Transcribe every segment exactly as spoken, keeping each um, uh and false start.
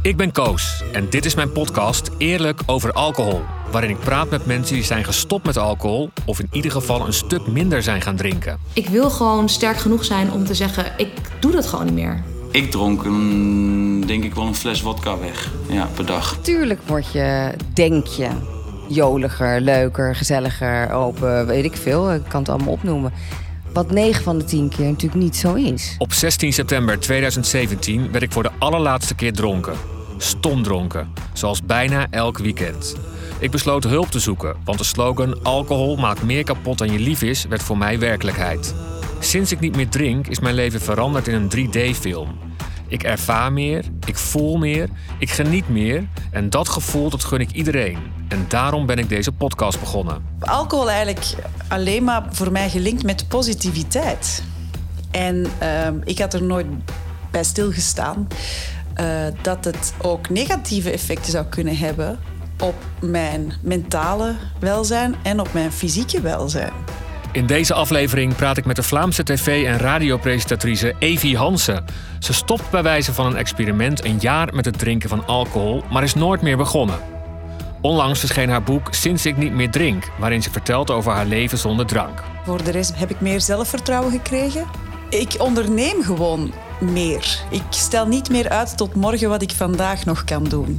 Ik ben Koos en dit is mijn podcast Eerlijk over alcohol. Waarin ik praat met mensen die zijn gestopt met alcohol of in ieder geval een stuk minder zijn gaan drinken. Ik wil gewoon sterk genoeg zijn om te zeggen, ik doe dat gewoon niet meer. Ik dronk een, denk ik wel een fles wodka weg, ja, per dag. Tuurlijk word je, denk je, joliger, leuker, gezelliger, open, weet ik veel. Ik kan het allemaal opnoemen. Wat negen van de tien keer natuurlijk niet zo is. Op zestien september tweeduizend zeventien werd ik voor de allerlaatste keer dronken. Stomdronken, zoals bijna elk weekend. Ik besloot hulp te zoeken, want de slogan alcohol maakt meer kapot dan je lief is, werd voor mij werkelijkheid. Sinds ik niet meer drink, is mijn leven veranderd in een drie D-film. Ik ervaar meer, ik voel meer, ik geniet meer en dat gevoel dat gun ik iedereen. En daarom ben ik deze podcast begonnen. Alcohol eigenlijk alleen maar voor mij gelinkt met positiviteit. En uh, ik had er nooit bij stilgestaan uh, dat het ook negatieve effecten zou kunnen hebben op mijn mentale welzijn en op mijn fysieke welzijn. In deze aflevering praat ik met de Vlaamse tv- en radiopresentatrice Evie Hansen. Ze stopt bij wijze van een experiment een jaar met het drinken van alcohol, maar is nooit meer begonnen. Onlangs verscheen haar boek Sinds ik niet meer drink, waarin ze vertelt over haar leven zonder drank. Voor de rest heb ik meer zelfvertrouwen gekregen. Ik onderneem gewoon meer. Ik stel niet meer uit tot morgen wat ik vandaag nog kan doen.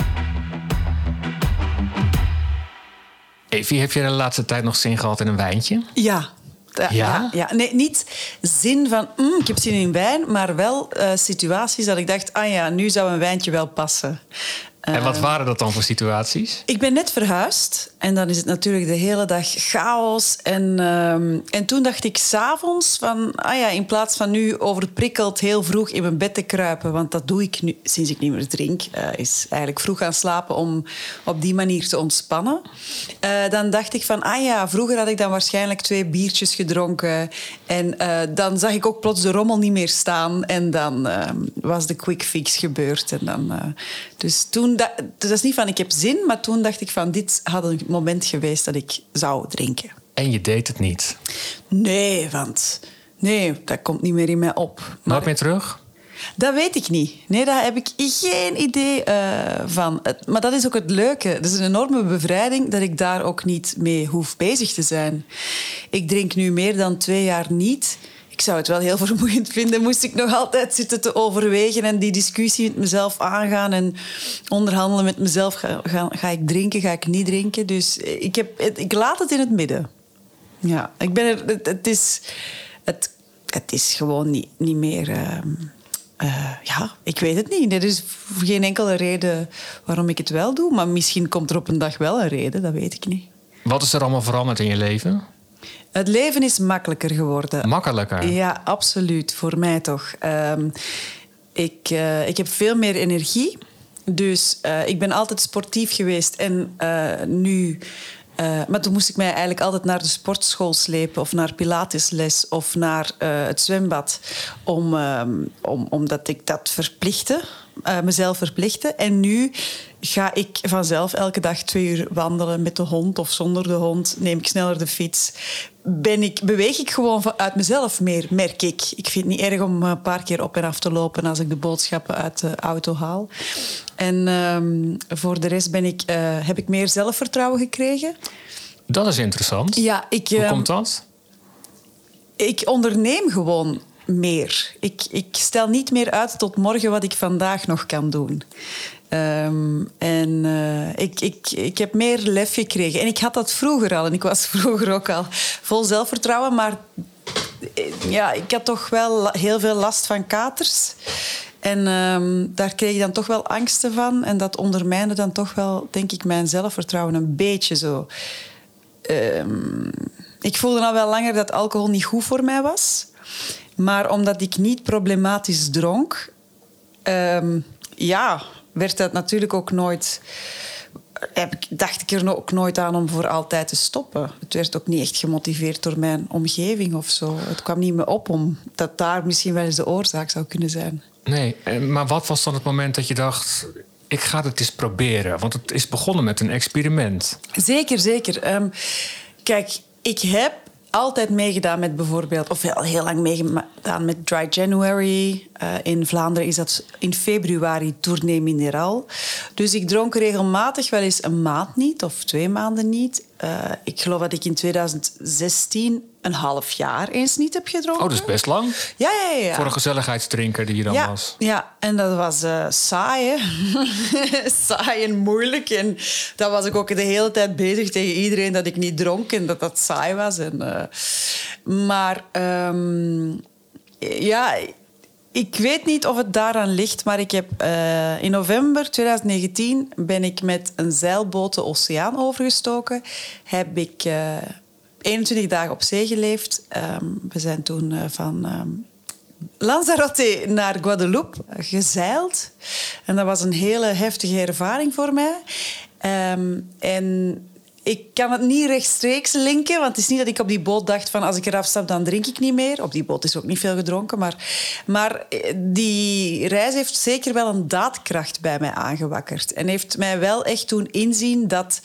Evie, heb je de laatste tijd nog zin gehad in een wijntje? Ja. Ja? Ja? ja. Nee, niet zin van, mm, ik heb zin in wijn, maar wel uh, situaties dat ik dacht, ah ja, nu zou een wijntje wel passen. En wat waren dat dan voor situaties? Ik ben net verhuisd en dan is het natuurlijk de hele dag chaos. En, um, en toen dacht ik 's avonds van, ah ja, in plaats van nu overprikkeld heel vroeg in mijn bed te kruipen, want dat doe ik nu sinds ik niet meer drink, uh, is eigenlijk vroeg gaan slapen om op die manier te ontspannen. Uh, dan dacht ik van, ah ja, vroeger had ik dan waarschijnlijk twee biertjes gedronken en uh, dan zag ik ook plots de rommel niet meer staan en dan uh, was de quick fix gebeurd. En dan, uh, dus toen Dat, dat is niet van ik heb zin, maar toen dacht ik van dit had een moment geweest dat ik zou drinken. En je deed het niet? Nee, want nee, dat komt niet meer in mij op. Nooit maar, meer terug? Dat weet ik niet. Nee, daar heb ik geen idee uh, van. Het, maar dat is ook het leuke. Het is een enorme bevrijding dat ik daar ook niet mee hoef bezig te zijn. Ik drink nu meer dan twee jaar niet. Ik zou het wel heel vermoeiend vinden, moest ik nog altijd zitten te overwegen en die discussie met mezelf aangaan en onderhandelen met mezelf. Ga, ga, ga ik drinken, ga ik niet drinken? Dus ik, heb, ik laat het in het midden. Ja, ik ben er, het, het, is, het, het is gewoon niet, niet meer... Uh, uh, ja, ik weet het niet. Er is geen enkele reden waarom ik het wel doe, maar misschien komt er op een dag wel een reden, dat weet ik niet. Wat is er allemaal veranderd in je leven? Het leven is makkelijker geworden. Makkelijker? Ja, absoluut. Voor mij toch. Um, ik, uh, ik heb veel meer energie. Dus uh, ik ben altijd sportief geweest. En uh, nu... Uh, maar toen moest ik mij eigenlijk altijd naar de sportschool slepen of naar pilatesles of naar uh, het zwembad. Om, um, om, omdat ik dat verplichtte, uh, mezelf verplichtte. En nu ga ik vanzelf elke dag twee uur wandelen met de hond of zonder de hond. Neem ik sneller de fiets. Ben ik, beweeg ik gewoon uit mezelf meer, merk ik. Ik vind het niet erg om een paar keer op en af te lopen als ik de boodschappen uit de auto haal. En um, voor de rest ben ik, uh, heb ik meer zelfvertrouwen gekregen. Dat is interessant. Ja, ik, Hoe um, komt dat? Ik onderneem gewoon meer. Ik, ik stel niet meer uit tot morgen wat ik vandaag nog kan doen. Um, en uh, ik, ik, ik heb meer lef gekregen. En ik had dat vroeger al. En ik was vroeger ook al vol zelfvertrouwen. Maar ja, ik had toch wel heel veel last van katers. En um, daar kreeg ik dan toch wel angsten van. En dat ondermijnde dan toch wel, denk ik, mijn zelfvertrouwen een beetje zo. Um, ik voelde al wel langer dat alcohol niet goed voor mij was. Maar omdat ik niet problematisch dronk... Um, ja... werd dat natuurlijk ook nooit... Heb ik, dacht ik er ook nooit aan om voor altijd te stoppen. Het werd ook niet echt gemotiveerd door mijn omgeving of zo. Het kwam niet meer op om dat daar misschien wel eens de oorzaak zou kunnen zijn. Nee, maar wat was dan het moment dat je dacht... ik ga het eens proberen? Want het is begonnen met een experiment. Zeker, zeker. Um, kijk, ik heb altijd meegedaan met bijvoorbeeld... of al heel lang meegedaan met Dry January. Uh, in Vlaanderen is dat in februari Tournee Mineral. Dus ik dronk regelmatig wel eens een maand niet of twee maanden niet. Uh, ik geloof dat ik in tweeduizend zestien een half jaar eens niet heb gedronken. Oh, dat is best lang. Ja, ja, ja. Voor een gezelligheidsdrinker die je dan ja, was. Ja, en dat was uh, saai, hè. Saai en moeilijk. En dan was ik ook de hele tijd bezig tegen iedereen dat ik niet dronk en dat dat saai was. En, uh, maar um, ja... Ik weet niet of het daaraan ligt, maar ik heb, uh, in november tweeduizend negentien ben ik met een zeilboot de oceaan overgestoken. Heb ik uh, eenentwintig dagen op zee geleefd. Um, we zijn toen uh, van um, Lanzarote naar Guadeloupe gezeild. En dat was een hele heftige ervaring voor mij. Um, en... Ik kan het niet rechtstreeks linken, want het is niet dat ik op die boot dacht van als ik eraf stap, dan drink ik niet meer. Op die boot is ook niet veel gedronken, maar, maar die reis heeft zeker wel een daadkracht bij mij aangewakkerd. En heeft mij wel echt doen inzien dat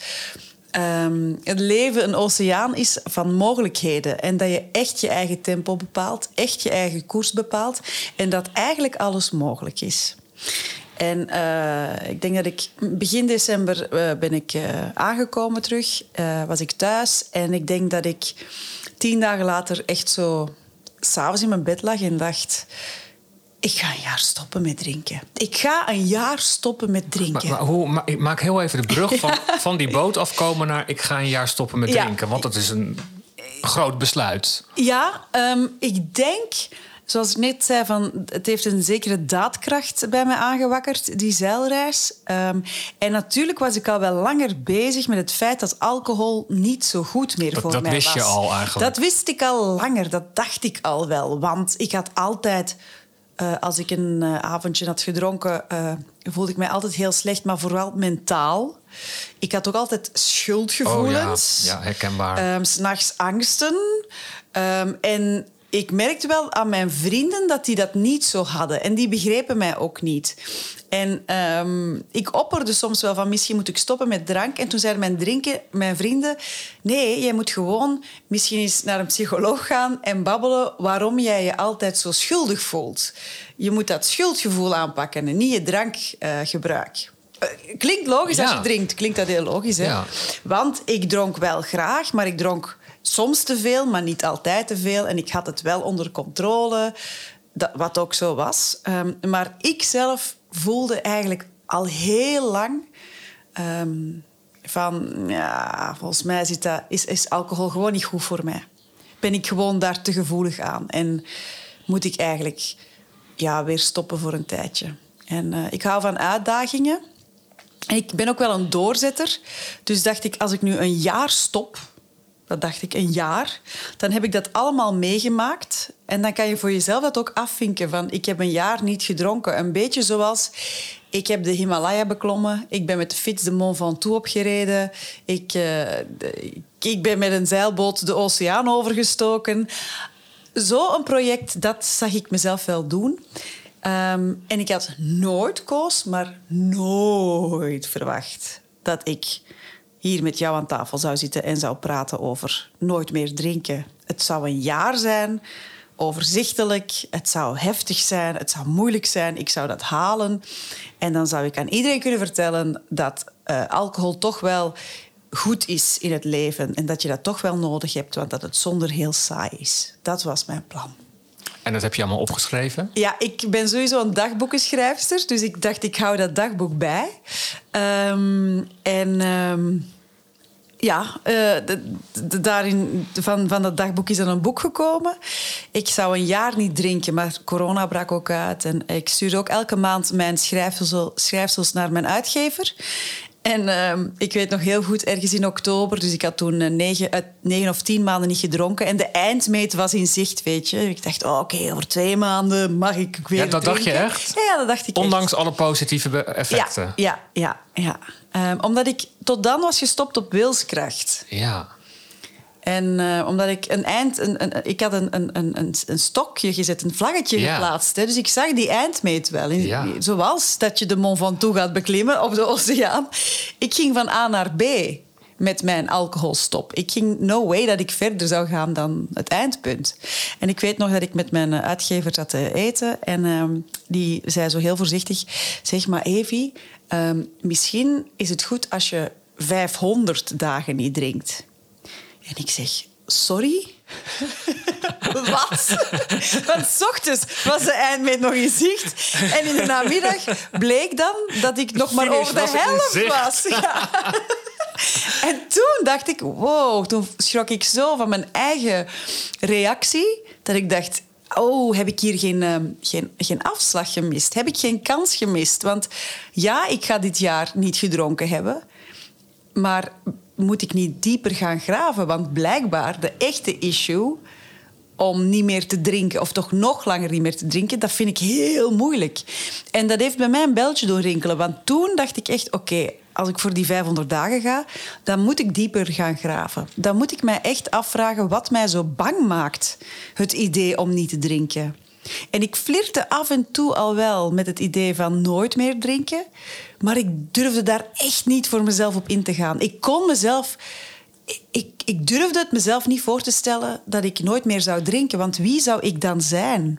um, het leven een oceaan is van mogelijkheden. En dat je echt je eigen tempo bepaalt, echt je eigen koers bepaalt. En dat eigenlijk alles mogelijk is. En uh, ik denk dat ik begin december uh, ben ik uh, aangekomen terug. Uh, was ik thuis. En ik denk dat ik tien dagen later echt zo 's avonds in mijn bed lag en dacht... Ik ga een jaar stoppen met drinken. Ik ga een jaar stoppen met drinken. Maar, maar hoe, maar, ik maak heel even de brug van, van die boot afkomen naar... ik ga een jaar stoppen met ja. drinken. Want dat is een groot besluit. Ja, um, ik denk... Zoals ik net zei, van, het heeft een zekere daadkracht bij mij aangewakkerd, die zeilreis. Um, en natuurlijk was ik al wel langer bezig met het feit dat alcohol niet zo goed meer dat, voor dat mij was. Dat wist je al eigenlijk? Dat wist ik al langer, dat dacht ik al wel. Want ik had altijd, uh, als ik een uh, avondje had gedronken, uh, voelde ik mij altijd heel slecht, maar vooral mentaal. Ik had ook altijd schuldgevoelens. Oh ja, ja herkenbaar. Um, 's nachts angsten. Um, en... Ik merkte wel aan mijn vrienden dat die dat niet zo hadden. En die begrepen mij ook niet. En um, ik opperde soms wel van misschien moet ik stoppen met drank. En toen zeiden mijn, drinken, mijn vrienden... Nee, jij moet gewoon misschien eens naar een psycholoog gaan en babbelen waarom jij je altijd zo schuldig voelt. Je moet dat schuldgevoel aanpakken en niet je drankgebruik. Uh, Klinkt logisch ja. als je drinkt. Klinkt dat heel logisch, hè? Ja. Want ik dronk wel graag, maar ik dronk... Soms te veel, maar niet altijd te veel. En ik had het wel onder controle, dat, wat ook zo was. Um, maar ik zelf voelde eigenlijk al heel lang... Um, van, ja, volgens mij zit dat, is, is alcohol gewoon niet goed voor mij. Ben ik gewoon daar te gevoelig aan. En moet ik eigenlijk ja, weer stoppen voor een tijdje. En uh, ik hou van uitdagingen. En ik ben ook wel een doorzetter. Dus dacht ik, als ik nu een jaar stop... Dat dacht ik, een jaar. Dan heb ik dat allemaal meegemaakt. En dan kan je voor jezelf dat ook afvinken. Van, ik heb een jaar niet gedronken. Een beetje zoals... Ik heb de Himalaya beklommen. Ik ben met de fiets de Mont Ventoux opgereden. Ik, uh, de, ik ben met een zeilboot de oceaan overgestoken. Zo'n project, dat zag ik mezelf wel doen. Um, en ik had nooit, Koos, maar nooit verwacht dat ik... hier met jou aan tafel zou zitten en zou praten over nooit meer drinken. Het zou een jaar zijn, overzichtelijk. Het zou heftig zijn, het zou moeilijk zijn. Ik zou dat halen. En dan zou ik aan iedereen kunnen vertellen dat uh, alcohol toch wel goed is in het leven. En dat je dat toch wel nodig hebt, want dat het zonder heel saai is. Dat was mijn plan. En dat heb je allemaal opgeschreven? Ja, ik ben sowieso een dagboekenschrijfster. Dus ik dacht, ik hou dat dagboek bij. Um, en um, ja, uh, de, de, daarin, van, van dat dagboek is dan een boek gekomen. Ik zou een jaar niet drinken, maar corona brak ook uit. En ik stuurde ook elke maand mijn schrijfsel, schrijfsels naar mijn uitgever. En uh, ik weet nog heel goed, ergens in oktober... dus ik had toen uh, negen, uit negen of tien maanden niet gedronken... en de eindmeet was in zicht, weet je. Ik dacht, oh, oké, okay, over twee maanden mag ik weer Ja, dat drinken. dacht je echt? Ja, ja dat dacht ik Ondanks echt. alle positieve effecten? Ja, ja, ja. ja. Um, omdat ik tot dan was gestopt op wilskracht. Ja. En uh, omdat ik een eind... Een, een, ik had een, een, een, een stokje gezet, een vlaggetje ja. geplaatst. Hè, dus ik zag die eindmeet wel. In, Ja. Zoals dat je de Mont Ventoux gaat beklimmen op de oceaan. Ik ging van A naar B. met mijn alcoholstop. Ik ging no way dat ik verder zou gaan dan het eindpunt. En ik weet nog dat ik met mijn uitgever zat te eten. En um, die zei zo heel voorzichtig... Zeg maar, Evi, um, misschien is het goed als je vijfhonderd dagen niet drinkt. En ik zeg, sorry? Wat? Want 's ochtends was de eindmeet nog in zicht. En in de namiddag bleek dan dat ik nog maar over de helft was. Ja. En toen dacht ik, wow, toen schrok ik zo van mijn eigen reactie, dat ik dacht, oh, heb ik hier geen, uh, geen, geen afslag gemist? Heb ik geen kans gemist? Want ja, ik ga dit jaar niet gedronken hebben, maar moet ik niet dieper gaan graven? Want blijkbaar de echte issue om niet meer te drinken, of toch nog langer niet meer te drinken, dat vind ik heel moeilijk. En dat heeft bij mij een belletje doen rinkelen. Want toen dacht ik echt, oké, okay, als ik voor die vijfhonderd dagen ga, dan moet ik dieper gaan graven. Dan moet ik mij echt afvragen wat mij zo bang maakt, het idee om niet te drinken. En ik flirte af en toe al wel met het idee van nooit meer drinken, maar ik durfde daar echt niet voor mezelf op in te gaan. Ik kon mezelf... Ik, ik durfde het mezelf niet voor te stellen dat ik nooit meer zou drinken, want wie zou ik dan zijn?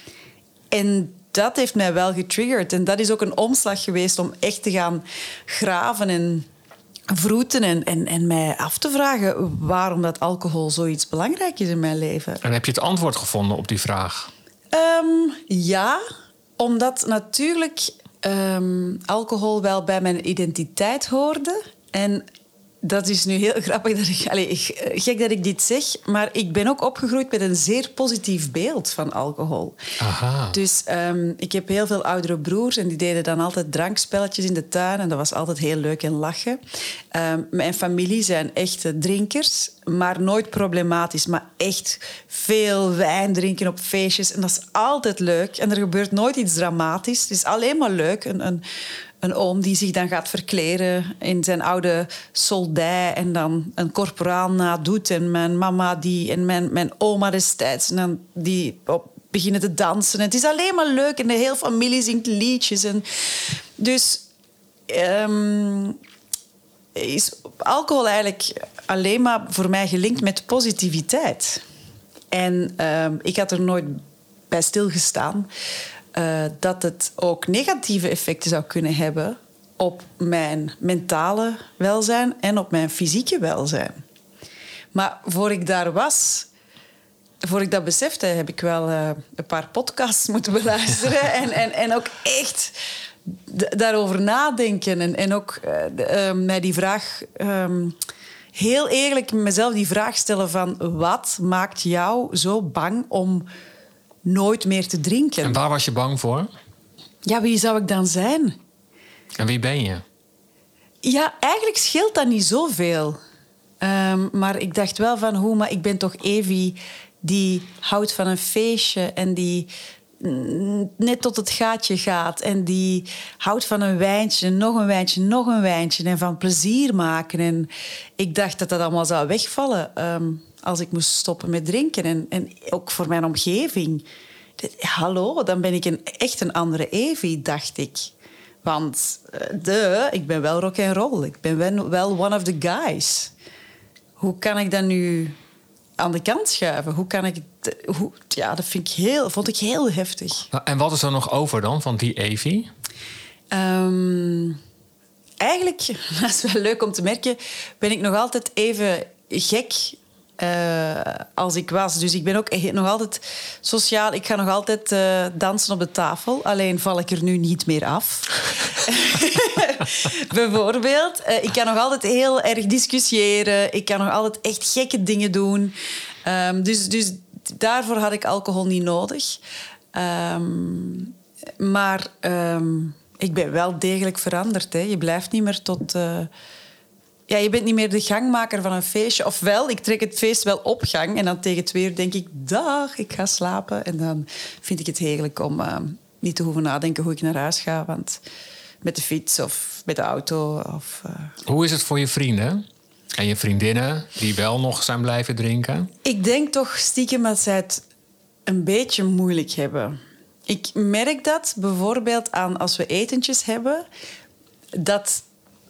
En dat heeft mij wel getriggerd. En dat is ook een omslag geweest om echt te gaan graven en vroeten en, en, en mij af te vragen waarom dat alcohol zoiets belangrijk is in mijn leven. En heb je het antwoord gevonden op die vraag? Um, ja, omdat natuurlijk um, alcohol wel bij mijn identiteit hoorde. En dat is nu heel grappig, dat ik, allez, gek dat ik dit zeg, maar ik ben ook opgegroeid met een zeer positief beeld van alcohol. Aha. Dus um, ik heb heel veel oudere broers en die deden dan altijd drankspelletjes in de tuin en dat was altijd heel leuk en lachen. Um, mijn familie zijn echte drinkers, maar nooit problematisch, maar echt veel wijn drinken op feestjes en dat is altijd leuk en er gebeurt nooit iets dramatisch. Het is alleen maar leuk. Een, een, Een oom die zich dan gaat verkleden in zijn oude soldij en dan een korporaal nadoet. En mijn mama die, en mijn, mijn oma destijds en dan die op, beginnen te dansen. En het is alleen maar leuk en de hele familie zingt liedjes. En dus um, is alcohol eigenlijk alleen maar voor mij gelinkt met positiviteit. En um, ik had er nooit bij stilgestaan Uh, dat het ook negatieve effecten zou kunnen hebben op mijn mentale welzijn en op mijn fysieke welzijn. Maar voor ik daar was, voor ik dat besefte, heb ik wel uh, een paar podcasts moeten beluisteren en, en, en ook echt d- daarover nadenken en, en ook uh, uh, mij die vraag... Um, heel eerlijk mezelf die vraag stellen van wat maakt jou zo bang om nooit meer te drinken? En waar was je bang voor? Ja, wie zou ik dan zijn? En wie ben je? Ja, eigenlijk scheelt dat niet zoveel. Um, maar ik dacht wel van, hoe, maar ik ben toch Evi die houdt van een feestje en die net tot het gaatje gaat en die houdt van een wijntje, nog een wijntje, nog een wijntje en van plezier maken. En ik dacht dat dat allemaal zou wegvallen um, als ik moest stoppen met drinken. En, en ook voor mijn omgeving. Hallo, dan ben ik een, echt een andere Evi, dacht ik. Want de, ik ben wel rock and roll. Ik ben wel one of the guys. Hoe kan ik dat nu aan de kant schuiven? Hoe kan ik... Hoe, ja, dat vind ik heel, vond ik heel heftig. En wat is er nog over dan van die Evi? Um, eigenlijk, dat is wel leuk om te merken, ben ik nog altijd even gek uh, als ik was. Dus ik ben ook nog altijd sociaal. Ik ga nog altijd uh, dansen op de tafel. Alleen val ik er nu niet meer af. Bijvoorbeeld. Uh, ik kan nog altijd heel erg discussiëren. Ik kan nog altijd echt gekke dingen doen. Um, dus, dus daarvoor had ik alcohol niet nodig. Um, maar um, ik ben wel degelijk veranderd. Hè. Je blijft niet meer tot... Uh, ja, je bent niet meer de gangmaker van een feestje. Ofwel, ik trek het feest wel op gang en dan tegen twee uur denk ik... dag, ik ga slapen. En dan vind ik het heerlijk om uh, niet te hoeven nadenken hoe ik naar huis ga. Want met de fiets of met de auto... Of, uh... Hoe is het voor je vrienden en je vriendinnen die wel nog zijn blijven drinken? Ik denk toch stiekem dat zij het een beetje moeilijk hebben. Ik merk dat bijvoorbeeld aan als we etentjes hebben... dat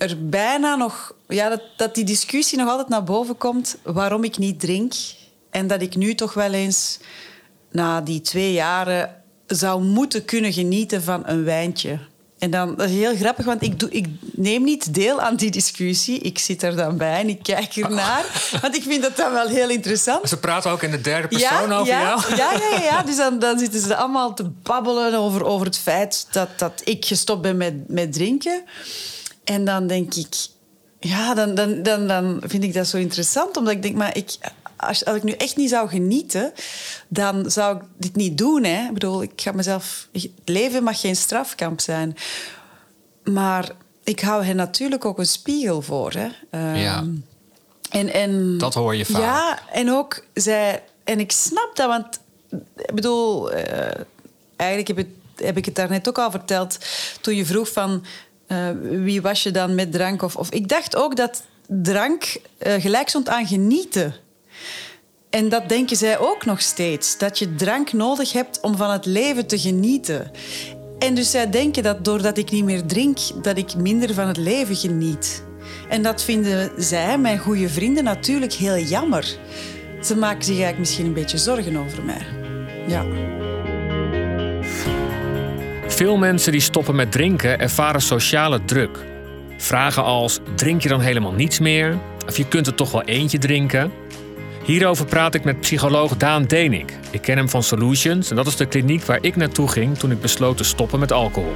er bijna nog... Ja, dat, dat die discussie nog altijd naar boven komt waarom ik niet drink. En dat ik nu toch wel eens, na die twee jaren, zou moeten kunnen genieten van een wijntje. En dan, dat is heel grappig, want ik, doe, ik neem niet deel aan die discussie. Ik zit er dan bij en ik kijk ernaar. Want ik vind dat dan wel heel interessant. Ze praten ook in de derde persoon ja, over ja, jou? Ja, ja, ja, ja. Dus dan, dan zitten ze allemaal te babbelen over, over het feit dat, dat ik gestopt ben met, met drinken. En dan denk ik... Ja, dan, dan, dan, dan vind ik dat zo interessant. Omdat ik denk, maar ik... Als, als ik nu echt niet zou genieten, dan zou ik dit niet doen. Hè. Ik bedoel, ik ga mezelf... Het leven mag geen strafkamp zijn. Maar ik hou hen natuurlijk ook een spiegel voor. Hè. Um, ja. En, en, dat hoor je vaak. Ja, en ook zij... En ik snap dat, want... Ik bedoel, uh, eigenlijk heb, het, heb ik het daarnet ook al verteld. Toen je vroeg van... Uh, wie was je dan met drank? Of, of, ik dacht ook dat drank uh, gelijk stond aan genieten. En dat denken zij ook nog steeds. Dat je drank nodig hebt om van het leven te genieten. En dus zij denken dat doordat ik niet meer drink, dat ik minder van het leven geniet. En dat vinden zij, mijn goede vrienden, natuurlijk heel jammer. Ze maken zich eigenlijk misschien een beetje zorgen over mij. Ja. Veel mensen die stoppen met drinken ervaren sociale druk. Vragen als, drink je dan helemaal niets meer? Of je kunt er toch wel eentje drinken? Hierover praat ik met psycholoog Daan Denik. Ik ken hem van Solutions en dat is de kliniek waar ik naartoe ging toen ik besloot te stoppen met alcohol.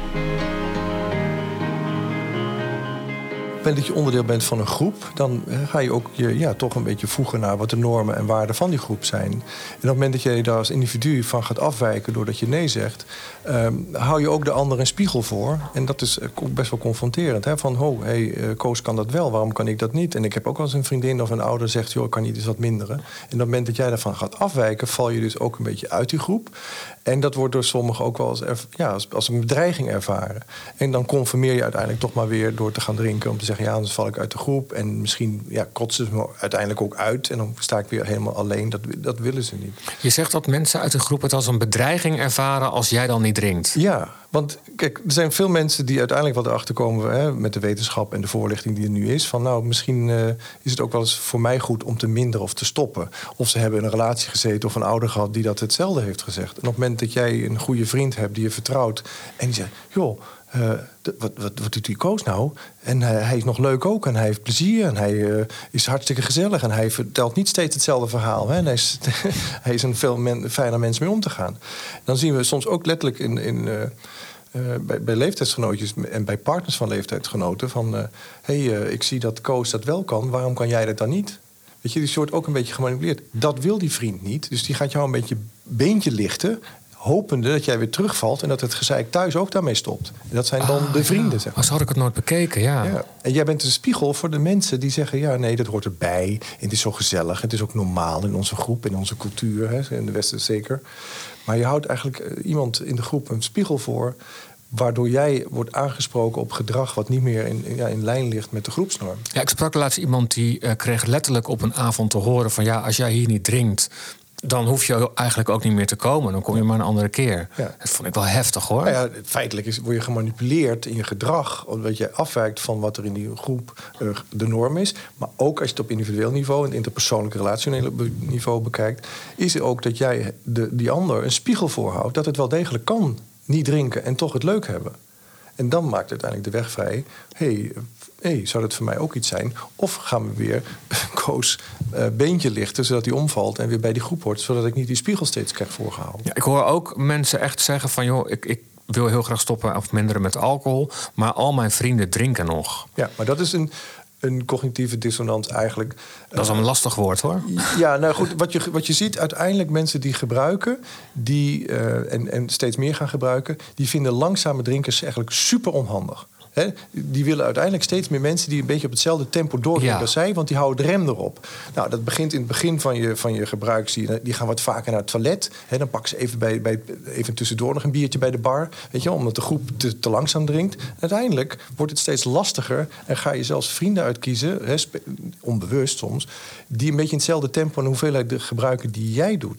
Op het moment dat je onderdeel bent van een groep, dan ga je ook je ja, toch een beetje voegen naar wat de normen en waarden van die groep zijn. En op het moment dat je daar als individu van gaat afwijken doordat je nee zegt, um, hou je ook de ander een spiegel voor. En dat is best wel confronterend. Hè? Van, oh, hey, uh, Koos kan dat wel, waarom kan ik dat niet? En ik heb ook wel eens een vriendin of een ouder zegt, joh, ik kan niet eens wat minderen. En op het moment dat jij daarvan gaat afwijken, val je dus ook een beetje uit die groep. En dat wordt door sommigen ook wel als, ja, als, als een bedreiging ervaren. En dan conformeer je uiteindelijk toch maar weer door te gaan drinken, om te zeggen, ja, anders val ik uit de groep. En misschien ja, kotsen ze me uiteindelijk ook uit. En dan sta ik weer helemaal alleen. Dat, dat willen ze niet. Je zegt dat mensen uit de groep het als een bedreiging ervaren als jij dan niet drinkt. Ja, want kijk, er zijn veel mensen die uiteindelijk wel erachter komen, hè, met de wetenschap en de voorlichting die er nu is, van nou, misschien uh, is het ook wel eens voor mij goed om te minderen of te stoppen. Of ze hebben in een relatie gezeten of een ouder gehad die dat hetzelfde heeft gezegd. En op het moment dat jij een goede vriend hebt die je vertrouwt en die zegt, joh, Uh, de, wat, wat, wat doet die Koos nou? En uh, hij is nog leuk ook en hij heeft plezier en hij uh, is hartstikke gezellig en hij vertelt niet steeds hetzelfde verhaal. Hè? En hij is, hij is een veel men, fijner mens mee om te gaan. Dan zien we soms ook letterlijk in, in, uh, uh, bij, bij leeftijdsgenootjes en bij partners van leeftijdsgenoten van hé, uh, hey, uh, ik zie dat Koos dat wel kan, waarom kan jij dat dan niet? Weet je, die wordt ook een beetje gemanipuleerd. Dat wil die vriend niet, dus die gaat jou een beetje beentje lichten, hopende dat jij weer terugvalt en dat het gezeik thuis ook daarmee stopt. En dat zijn dan ah, de vrienden. Ja. Zeg maar. Zo had ik het nooit bekeken, ja. ja. En jij bent een spiegel voor de mensen die zeggen, ja, nee, dat hoort erbij. En het is zo gezellig. Het is ook normaal in onze groep, in onze cultuur, hè, in de Westen zeker. Maar je houdt eigenlijk iemand in de groep een spiegel voor, waardoor jij wordt aangesproken op gedrag wat niet meer in, ja, in lijn ligt met de groepsnorm. Ja, ik sprak laatst iemand die uh, kreeg letterlijk op een avond te horen van, ja, als jij hier niet drinkt, dan hoef je eigenlijk ook niet meer te komen. Dan kom je maar een andere keer. Ja. Dat vond ik wel heftig, hoor. Nou ja, feitelijk is, word je gemanipuleerd in je gedrag, omdat je afwijkt van wat er in die groep uh, de norm is. Maar ook als je het op individueel niveau en interpersoonlijk relationele niveau bekijkt, is het ook dat jij de, die ander een spiegel voorhoudt dat het wel degelijk kan niet drinken en toch het leuk hebben. En dan maakt uiteindelijk de weg vrij. Hé, hey, hey, zou dat voor mij ook iets zijn? Of gaan we weer Koos uh, beentje lichten, zodat hij omvalt en weer bij die groep hoort, zodat ik niet die spiegel steeds krijg voorgehouden. Ja, ik hoor ook mensen echt zeggen van, joh, ik, ik wil heel graag stoppen of minderen met alcohol, maar al mijn vrienden drinken nog. Ja, maar dat is een, een cognitieve dissonans eigenlijk. Dat is een lastig woord, hoor. Ja, nou goed, wat je, wat je ziet, uiteindelijk mensen die gebruiken, die uh, en, en steeds meer gaan gebruiken, die vinden langzame drinkers eigenlijk super onhandig. He, die willen uiteindelijk steeds meer mensen die een beetje op hetzelfde tempo doorgaan ja. als zij, want die houden de rem erop. Nou, dat begint in het begin van je, van je gebruik. Zie je, die gaan wat vaker naar het toilet. He, dan pakken ze even, bij, bij, even tussendoor nog een biertje bij de bar. Weet je, omdat de groep te, te langzaam drinkt. Uiteindelijk wordt het steeds lastiger en ga je zelfs vrienden uitkiezen, he, spe, onbewust soms, die een beetje in hetzelfde tempo en hoeveelheid gebruiken die jij doet.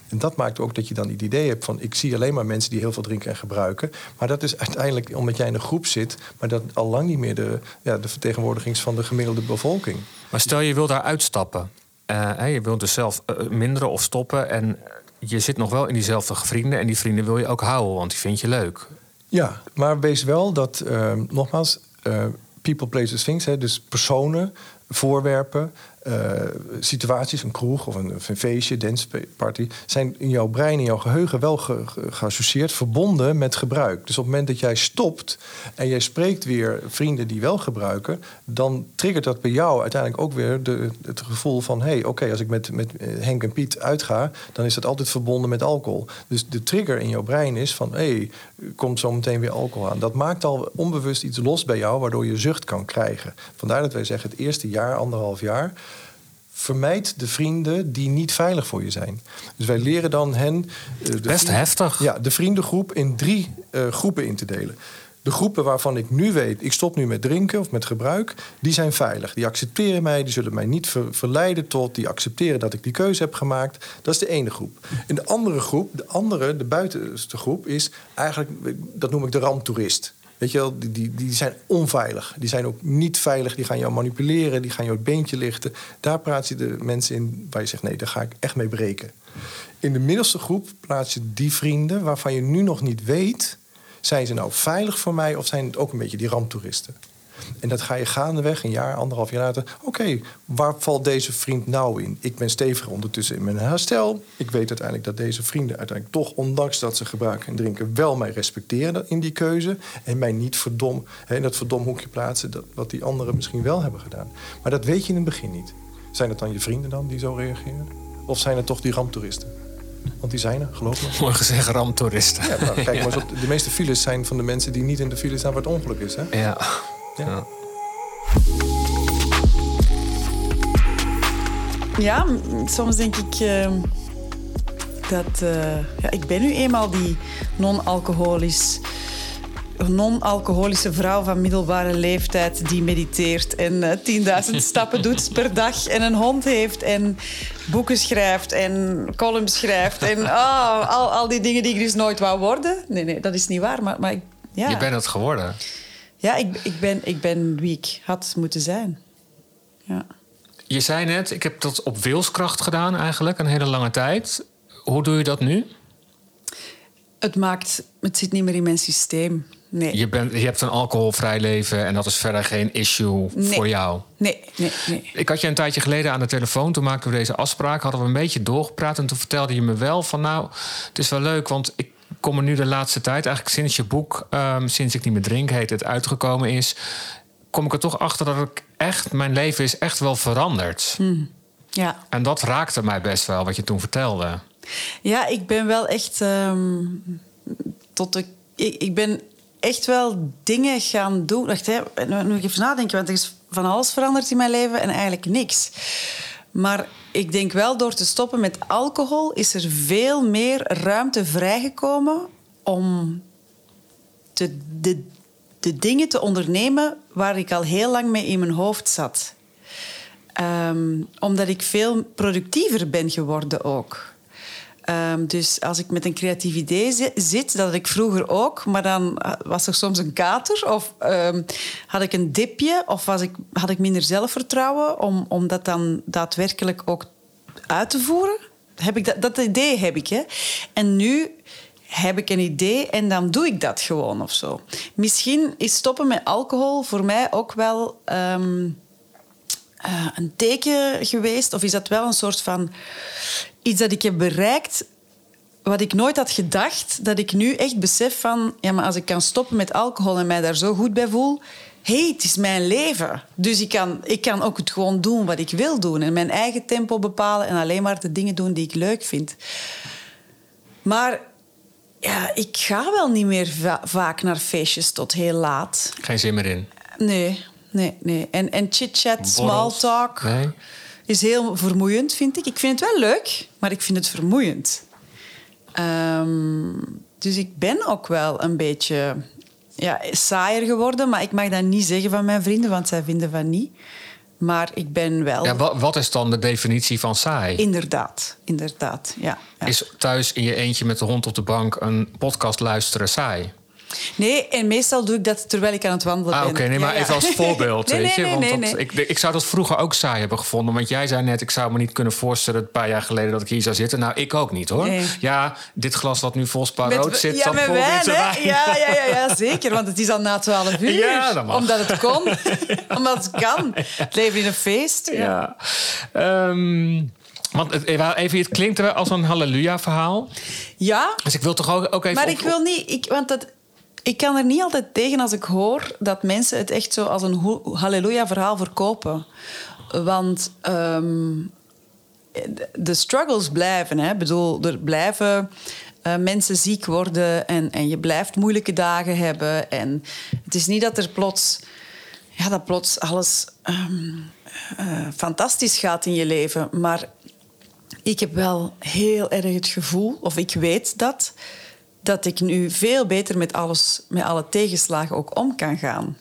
En dat maakt ook dat je dan het idee hebt van... ik zie alleen maar mensen die heel veel drinken en gebruiken. Maar dat is uiteindelijk omdat jij in een groep zit... maar dat al lang niet meer de, ja, de vertegenwoordiging is van de gemiddelde bevolking. Maar stel je wil daar uitstappen. Uh, je wilt dus zelf uh, minderen of stoppen... en je zit nog wel in diezelfde vrienden... en die vrienden wil je ook houden, want die vind je leuk. Ja, maar wees wel dat, uh, nogmaals... Uh, people, places, things, hè, dus personen, voorwerpen... Uh, situaties, een kroeg of een, of een feestje, danceparty... zijn in jouw brein, in jouw geheugen wel ge, ge, geassocieerd... verbonden met gebruik. Dus op het moment dat jij stopt... en jij spreekt weer vrienden die wel gebruiken... dan triggert dat bij jou uiteindelijk ook weer de, het gevoel van... hé, hey, oké, okay, als ik met, met Henk en Piet uitga... dan is dat altijd verbonden met alcohol. Dus de trigger in jouw brein is van... hé, hey, komt zo meteen weer alcohol aan. Dat maakt al onbewust iets los bij jou... waardoor je zucht kan krijgen. Vandaar dat wij zeggen het eerste jaar, anderhalf jaar... vermijd de vrienden die niet veilig voor je zijn. Dus wij leren dan hen... Uh, de Best vrienden, heftig. Ja, de vriendengroep in drie uh, groepen in te delen. De groepen waarvan ik nu weet... ik stop nu met drinken of met gebruik... die zijn veilig. Die accepteren mij, die zullen mij niet ver, verleiden tot... die accepteren dat ik die keuze heb gemaakt. Dat is de ene groep. En de andere groep, de andere, de buitenste groep... is eigenlijk, dat noem ik de ramptoerist... Weet je wel, die, die, die zijn onveilig. Die zijn ook niet veilig. Die gaan jou manipuleren. Die gaan jou het beentje lichten. Daar plaats je de mensen in waar je zegt... nee, daar ga ik echt mee breken. In de middelste groep plaats je die vrienden... waarvan je nu nog niet weet... zijn ze nou veilig voor mij... of zijn het ook een beetje die ramptoeristen? En dat ga je gaandeweg, een jaar, anderhalf jaar later... oké, okay, waar valt deze vriend nou in? Ik ben stevig ondertussen in mijn herstel. Ik weet uiteindelijk dat deze vrienden uiteindelijk toch... ondanks dat ze gebruiken en drinken... wel mij respecteren in die keuze... en mij niet verdom, hè, in dat verdomhoekje plaatsen... Dat, wat die anderen misschien wel hebben gedaan. Maar dat weet je in het begin niet. Zijn het dan je vrienden dan die zo reageren? Of zijn het toch die ramptoeristen? Want die zijn er, geloof me. Mooi gezegd, ramptoeristen. Ja, nou, kijk maar eens op, de meeste files zijn van de mensen... die niet in de file staan waar het ongeluk is, hè? Ja. Ja. Ja. Ja, soms denk ik uh, dat... Uh, ja, ik ben nu eenmaal die non-alcoholisch... non-alcoholische vrouw van middelbare leeftijd... die mediteert en uh, tienduizend stappen doet per dag... en een hond heeft en boeken schrijft en columns schrijft... en oh, al, al die dingen die ik dus nooit wou worden. Nee, nee, dat is niet waar, maar... maar ik, ja. Je bent het geworden. Ja, ik, ik, ben, ik ben wie ik had moeten zijn. Ja. Je zei net, ik heb dat op wilskracht gedaan eigenlijk, een hele lange tijd. Hoe doe je dat nu? Het maakt... Het zit niet meer in mijn systeem. Nee. Je, bent, je hebt een alcoholvrij leven en dat is verder geen issue nee. voor jou. Nee, nee, nee. Ik had je een tijdje geleden aan de telefoon. Toen maakten we deze afspraak. Hadden we een beetje doorgepraat. En toen vertelde je me wel van nou, het is wel leuk. Want ik kom er nu de laatste tijd, eigenlijk sinds je boek... Um, sinds ik niet meer drink, heet het, uitgekomen is... kom ik er toch achter dat ik echt... mijn leven is echt wel veranderd. Mm. Ja. En dat raakte mij best wel, wat je toen vertelde. Ja, ik ben wel echt... Um, tot de, ik, ik ben echt wel dingen gaan doen. Wacht, hè, nu ik even nadenken, want er is van alles veranderd in mijn leven en eigenlijk niks. Maar ik denk wel, door te stoppen met alcohol... is er veel meer ruimte vrijgekomen om te, de, de dingen te ondernemen... waar ik al heel lang mee in mijn hoofd zat. Um, omdat ik veel productiever ben geworden ook. Um, dus als ik met een creatief idee zit, dat had ik vroeger ook... maar dan was er soms een kater of um, had ik een dipje... of was ik, had ik minder zelfvertrouwen om, om dat dan daadwerkelijk ook uit te voeren. Heb ik dat, dat idee heb ik, hè. En nu heb ik een idee en dan doe ik dat gewoon of zo. Misschien is stoppen met alcohol voor mij ook wel... Um, Uh, een teken geweest? Of is dat wel een soort van iets dat ik heb bereikt... wat ik nooit had gedacht, dat ik nu echt besef van... ja, maar als ik kan stoppen met alcohol en mij daar zo goed bij voel... hé, hey, het is mijn leven. Dus ik kan, ik kan ook het gewoon doen wat ik wil doen. En mijn eigen tempo bepalen en alleen maar de dingen doen die ik leuk vind. Maar ja, ik ga wel niet meer va- vaak naar feestjes tot heel laat. Geen zin meer in? Nee... Nee, nee. En, en chit-chat, small talk nee. is heel vermoeiend, vind ik. Ik vind het wel leuk, maar ik vind het vermoeiend. Um, dus ik ben ook wel een beetje ja, saaier geworden. Maar ik mag dat niet zeggen van mijn vrienden, want zij vinden van niet. Maar ik ben wel... Ja, wat, wat is dan de definitie van saai? Inderdaad, inderdaad, ja, ja. Is thuis in je eentje met de hond op de bank een podcast luisteren saai? Nee, en meestal doe ik dat terwijl ik aan het wandelen ah, ben. Oké, okay, nee, maar ja, ja. even als voorbeeld, nee, weet je. nee, Want nee, dat, nee. Ik, ik zou dat vroeger ook saai hebben gevonden. Want jij zei net, ik zou me niet kunnen voorstellen... een paar jaar geleden dat ik hier zou zitten. Nou, ik ook niet, hoor. Nee. Ja, dit glas dat nu vol spa Met- rood zit... ja, dat met vol wijn, witte hè? wijn. Ja, ja, ja, ja, zeker. Want het is al na twaalf uur. Ja, dat mag. Omdat het kon. Omdat het kan. Het leven in een feest. Ja. Ja. Um, want het, even, het klinkt er als een halleluja-verhaal. Ja, Dus ik wil toch ook, ook even... maar op- ik wil niet... Ik, want dat, ik kan er niet altijd tegen als ik hoor dat mensen het echt zo als een ho- halleluja-verhaal verkopen. Want ehm, de struggles blijven. Hè. Ik bedoel, er blijven uh, mensen ziek worden en, en je blijft moeilijke dagen hebben. En het is niet dat er plots, ja, dat plots alles um, uh, fantastisch gaat in je leven. Maar ik heb wel heel erg het gevoel, of ik weet dat, dat ik nu veel beter met alles, met alle tegenslagen ook om kan gaan.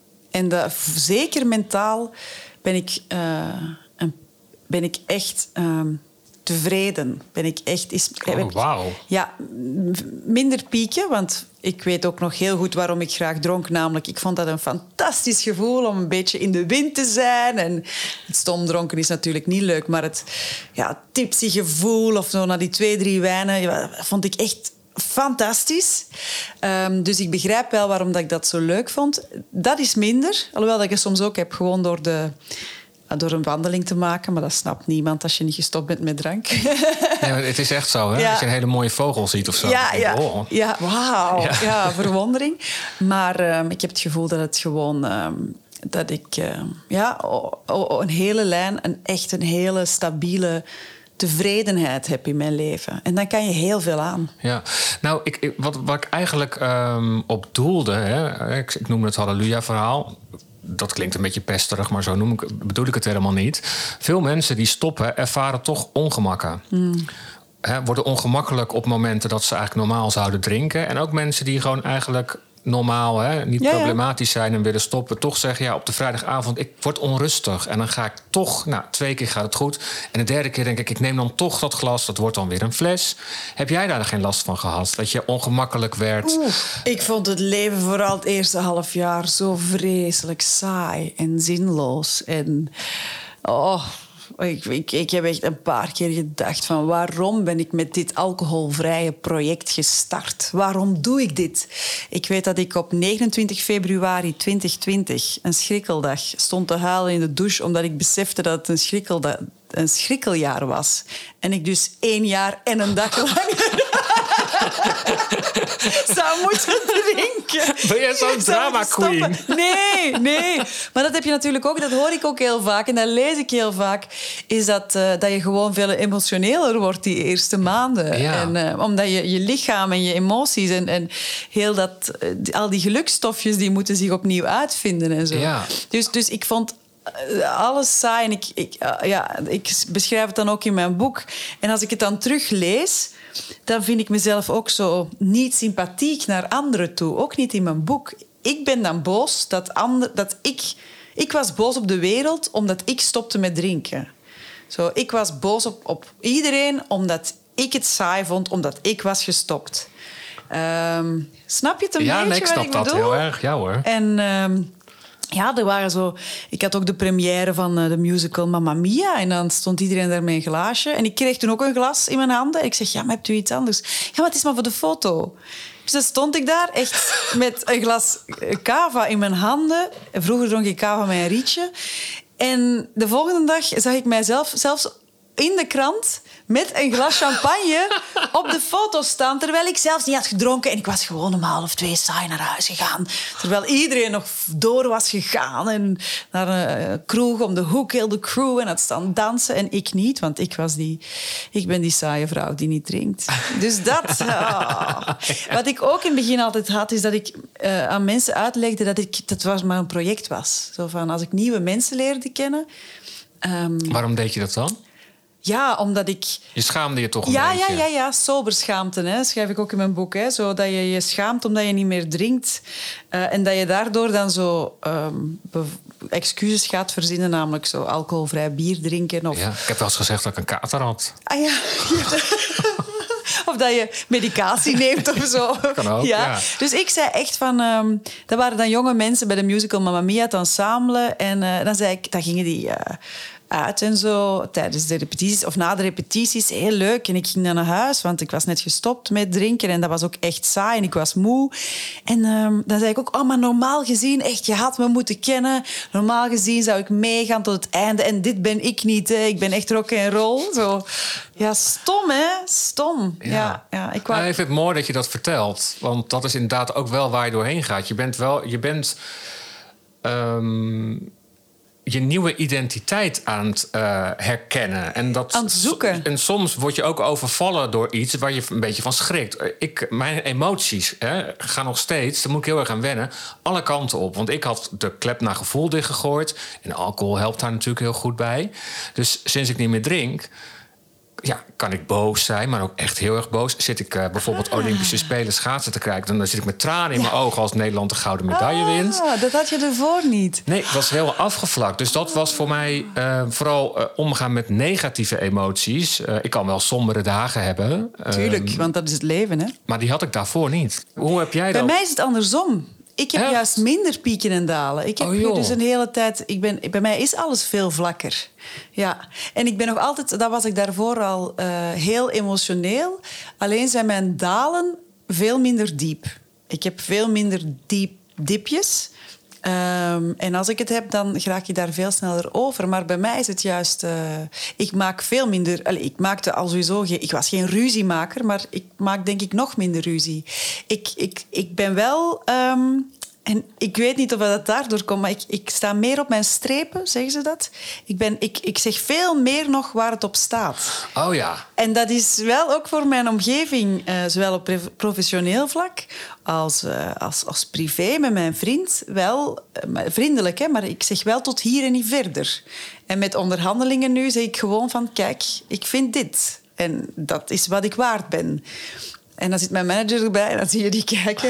En dat, zeker mentaal ben ik, uh, een, ben ik echt uh, tevreden. Ben ik echt... Is, Oh, wauw. Ja, m- minder pieken, want ik weet ook nog heel goed waarom ik graag dronk. Namelijk, ik vond dat een fantastisch gevoel om een beetje in de wind te zijn. En het stom dronken is natuurlijk niet leuk, maar het ja, tipsy gevoel of zo na die twee, drie wijnen, ja, vond ik echt fantastisch. Um, dus ik begrijp wel waarom dat ik dat zo leuk vond. Dat is minder, alhoewel dat ik het soms ook heb, gewoon door de... door een wandeling te maken, maar dat snapt niemand als je niet gestopt bent met drank. Nee, maar het is echt zo, hè? Ja. Als je een hele mooie vogel ziet of zo. Ja, ja, Oh. ja, wauw. Ja. Ja. verwondering. Maar um, ik heb het gevoel dat het gewoon... Um, dat ik um, ja, o, o, een hele lijn, een echt een hele stabiele tevredenheid heb in mijn leven. En dan kan je heel veel aan. Ja, nou, ik, ik, wat, wat ik eigenlijk um, op doelde... Hè, ik, ik noem het halleluja-verhaal... Dat klinkt een beetje pesterig, maar zo noem ik, bedoel ik het helemaal niet. Veel mensen die stoppen ervaren toch ongemakken. Mm. He, worden ongemakkelijk op momenten dat ze eigenlijk normaal zouden drinken. En ook mensen die gewoon eigenlijk normaal, he, niet ja, problematisch zijn en willen stoppen, toch zeggen, ja, op de vrijdagavond, ik word onrustig. En dan ga ik toch, nou, twee keer gaat het goed. En de derde keer denk ik, ik neem dan toch dat glas, dat wordt dan weer een fles. Heb jij daar geen last van gehad? Dat je ongemakkelijk werd? Oeh, ik vond het leven vooral het eerste half jaar zo vreselijk saai en zinloos. En oh, ik, ik, ik heb echt een paar keer gedacht van waarom ben ik met dit alcoholvrije project gestart? Waarom doe ik dit? Ik weet dat ik op negenentwintig februari twintig twintig, een schrikkeldag, stond te huilen in de douche omdat ik besefte dat het een, schrikkelda- een schrikkeljaar was. En ik dus één jaar en een dag lang zou moeten drinken. Ben jij zo'n Ik zou drama moeten stoppen. queen? Nee, nee. Maar dat heb je natuurlijk ook, dat hoor ik ook heel vaak en dat lees ik heel vaak, is dat, uh, dat je gewoon veel emotioneler wordt die eerste maanden. Ja. En, uh, omdat je, je lichaam en je emoties en, en heel dat, uh, al die gelukstofjes die moeten zich opnieuw uitvinden en zo. Ja. Dus, dus ik vond alles saai en ik, ik, uh, ja, ik beschrijf het dan ook in mijn boek. En als ik het dan teruglees, dan vind ik mezelf ook zo niet sympathiek naar anderen toe. Ook niet in mijn boek. Ik ben dan boos dat, ander, dat ik... Ik was boos op de wereld omdat ik stopte met drinken. Zo, ik was boos op, op iedereen omdat ik het saai vond, omdat ik was gestopt. Um, snap je het een Ja, beetje nee, ik wat snap ik dat bedoel? heel erg. Ja hoor. En... Um, Ja, er waren zo... Ik had ook de première van uh, de musical Mamma Mia. En dan stond iedereen daar met een glaasje. En ik kreeg toen ook een glas in mijn handen. En ik zeg, ja, maar hebt u iets anders? Ja, maar het is maar voor de foto. Dus dan stond ik daar echt met een glas cava in mijn handen. Vroeger dronk ik cava met een rietje. En de volgende dag zag ik mijzelf zelfs in de krant met een glas champagne op de foto staan, terwijl ik zelfs niet had gedronken. En ik was gewoon om half twee saai naar huis gegaan. Terwijl iedereen nog door was gegaan. En naar een kroeg om de hoek, heel de crew, en had staan dansen. En ik niet, want ik, was die, ik ben die saaie vrouw die niet drinkt. Dus dat... Oh. Wat ik ook in het begin altijd had, is dat ik uh, aan mensen uitlegde dat ik, dat was maar een project was. Zo van, als ik nieuwe mensen leerde kennen... Um, Waarom deed je dat dan? Ja, omdat ik... Je schaamde je toch een ja, beetje? Ja, ja, ja, soberschaamte, hè, schrijf ik ook in mijn boek. Hè, zo dat je je schaamt omdat je niet meer drinkt. Uh, en dat je daardoor dan zo um, excuses gaat verzinnen, namelijk zo alcoholvrij bier drinken. Of... Ja, ik heb wel eens gezegd dat ik een kater had. Ah ja... Of dat je medicatie neemt of zo. Kan ook, ja. ja. Dus ik zei echt van... Um, dat waren dan jonge mensen bij de musical Mamma Mia, het ensemble. En uh, dan, zei ik, dan gingen die uh, uit en zo tijdens de repetities. Of na de repetities, heel leuk. En ik ging dan naar huis, want ik was net gestopt met drinken. En dat was ook echt saai en ik was moe. En um, dan zei ik ook... Oh, maar normaal gezien, echt, je had me moeten kennen. Normaal gezien zou ik meegaan tot het einde. En dit ben ik niet, hè. Ik ben echt rock and roll. Zo... Ja, stom, hè? Stom. Ja. Ja, ja, ik wou... nou, ik vind het mooi dat je dat vertelt. Want dat is inderdaad ook wel waar je doorheen gaat. Je bent wel... Je bent... Um, je nieuwe identiteit aan het uh, herkennen. En dat, aan het zoeken. En soms word je ook overvallen door iets waar je een beetje van schrikt. Ik, mijn emoties hè, gaan nog steeds, daar moet ik heel erg aan wennen, alle kanten op. Want ik had de klep naar gevoel dichtgegooid. En alcohol helpt daar natuurlijk heel goed bij. Dus sinds ik niet meer drink... Ja, kan ik boos zijn, maar ook echt heel erg boos. Zit ik uh, bijvoorbeeld ah. Olympische Spelen schaatsen te kijken... dan zit ik met tranen in ja. mijn ogen als Nederland de gouden medaille ah, wint. Dat had je ervoor niet. Nee, het was heel afgevlakt. Dus dat was voor mij uh, vooral uh, omgaan met negatieve emoties. Uh, ik kan wel sombere dagen hebben. Tuurlijk, um, want dat is het leven, hè? Maar die had ik daarvoor niet. Hoe heb jij dat? dat? Bij mij is het andersom. Ik heb Echt? juist minder pieken en dalen. Ik heb oh, dus een hele tijd... Ik ben, bij mij is alles veel vlakker. Ja. En ik ben nog altijd... Dat was ik daarvoor al uh, heel emotioneel. Alleen zijn mijn dalen veel minder diep. Ik heb veel minder diep dipjes. Um, en als ik het heb, dan raak je daar veel sneller over. Maar bij mij is het juist... Uh, ik maak veel minder... Allez, ik maakte al sowieso... Geen, ik was geen ruziemaker, maar ik maak denk ik nog minder ruzie. Ik, ik, ik ben wel... Um, en ik weet niet of dat daardoor komt, maar ik, ik sta meer op mijn strepen, zeggen ze dat. Ik, ben, ik, ik zeg veel meer nog waar het op staat. Oh ja. En dat is wel ook voor mijn omgeving, uh, zowel op professioneel vlak als, uh, als, als privé met mijn vriend. Wel uh, vriendelijk, hè, maar ik zeg wel tot hier en niet verder. En met onderhandelingen nu zeg ik gewoon van, kijk, ik vind dit. En dat is wat ik waard ben. En dan zit mijn manager erbij en dan zie je die kijken.